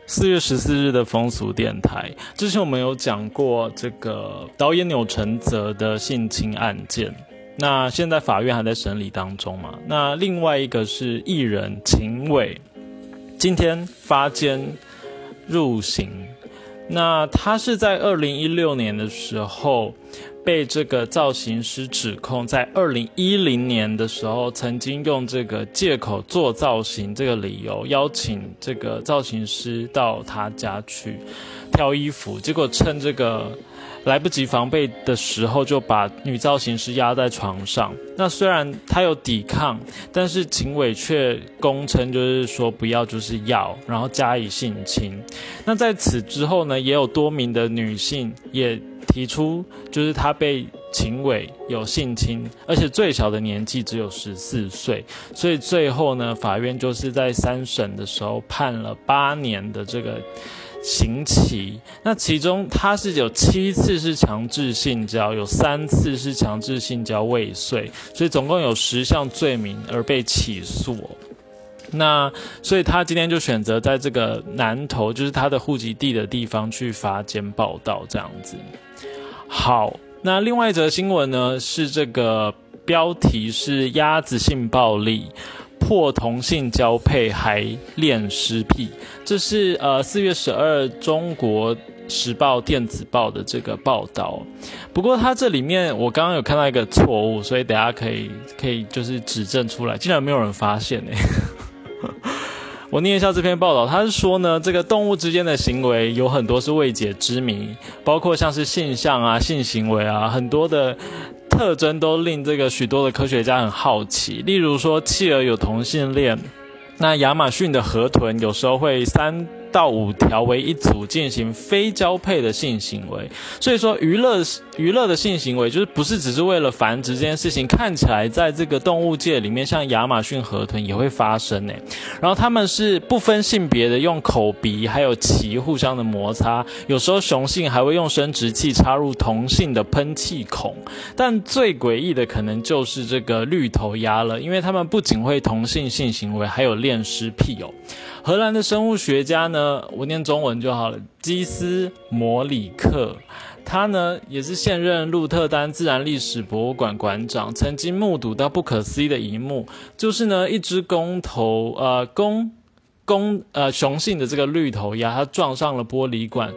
4月14日的风俗电台，之前我们有讲过这个导演钮承泽的性侵案件，那现在法院还在审理当中嘛。那另外一个是艺人秦伟，今天发监入刑。那他是在2016年的时候被这个造型师指控，在2010年的时候曾经用这个借口做造型这个理由邀请这个造型师到他家去挑衣服，结果趁这个来不及防备的时候就把女造型师压在床上。那虽然他有抵抗，但是秦伟却供称就是说不要就是要，然后加以性侵。那在此之后呢，也有多名的女性也提出就是她被秦伟有性侵，而且最小的年纪只有14岁，所以最后呢，法院就是在3审的时候判了8年的这个刑期。那其中他是有7次是强制性交，有3次是强制性交未遂，所以总共有10项罪名而被起诉。那所以他今天就选择在这个南投，就是他的户籍地的地方去发监报道这样子。好，那另外一则新闻呢，是这个标题是鸭子性暴力破同性交配还恋尸癖，这是4月12中国时报电子报的这个报道。不过它这里面我刚刚有看到一个错误，所以等一下可以就是指正出来，竟然没有人发现我念一下这篇报道，他是说呢，这个动物之间的行为有很多是未解之谜，包括像是性向啊、性行为啊，很多的特征都令这个许多的科学家很好奇。例如说，企鹅有同性恋，那亚马逊的河豚有时候会3到5条为一组进行非交配的性行为。所以说娱乐的性行为就是不是只是为了繁殖这件事情，看起来在这个动物界里面，像亚马逊河豚也会发生然后他们是不分性别的，用口鼻还有鳍互相的摩擦，有时候雄性还会用生殖器插入同性的喷气孔。但最诡异的可能就是这个绿头鸭了，因为他们不仅会同性性行为，还有恋尸癖荷兰的生物学家呢，我念中文就好了，基斯摩里克，他呢也是现任鹿特丹自然历史博物馆馆长，曾经目睹到不可思议的一幕，就是呢一只雄性的这个绿头鸭，它撞上了博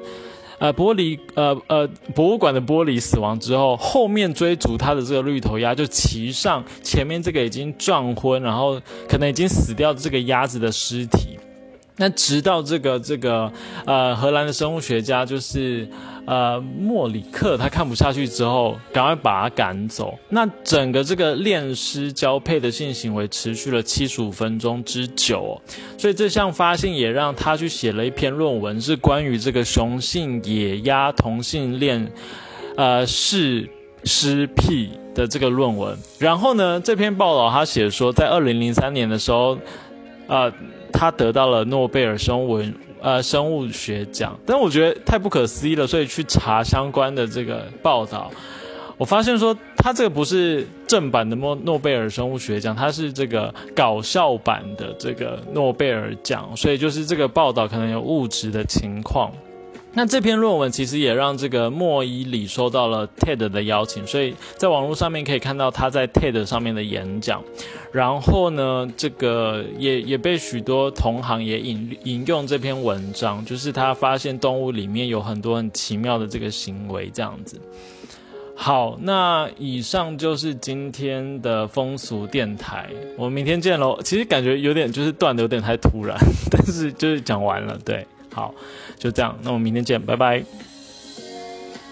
物馆的玻璃死亡之后，后面追逐它的这个绿头鸭就骑上前面这个已经撞昏，然后可能已经死掉的这个鸭子的尸体。那直到这个荷兰的生物学家就是莫里克他看不下去之后，赶快把他赶走。那整个这个恋尸交配的性行为持续了75分钟之久所以这项发现也让他去写了一篇论文，是关于这个雄性野鸭同性恋尸癖的这个论文。然后呢，这篇报道他写说，在2003年的时候他得到了诺贝尔生物学奖，但我觉得太不可思议了，所以去查相关的这个报道，我发现说他这个不是正版的诺贝尔生物学奖，它是这个搞笑版的这个诺贝尔奖，所以就是这个报道可能有误植的情况。那这篇论文其实也让这个莫伊里收到了 TED 的邀请，所以在网络上面可以看到他在 TED 上面的演讲。然后呢，这个也被许多同行也引用这篇文章，就是他发现动物里面有很多很奇妙的这个行为这样子。好，那以上就是今天的风俗电台，我们明天见咯。其实感觉有点就是断的有点太突然，但是就是讲完了，对。好，就这样，那我们明天见，拜拜。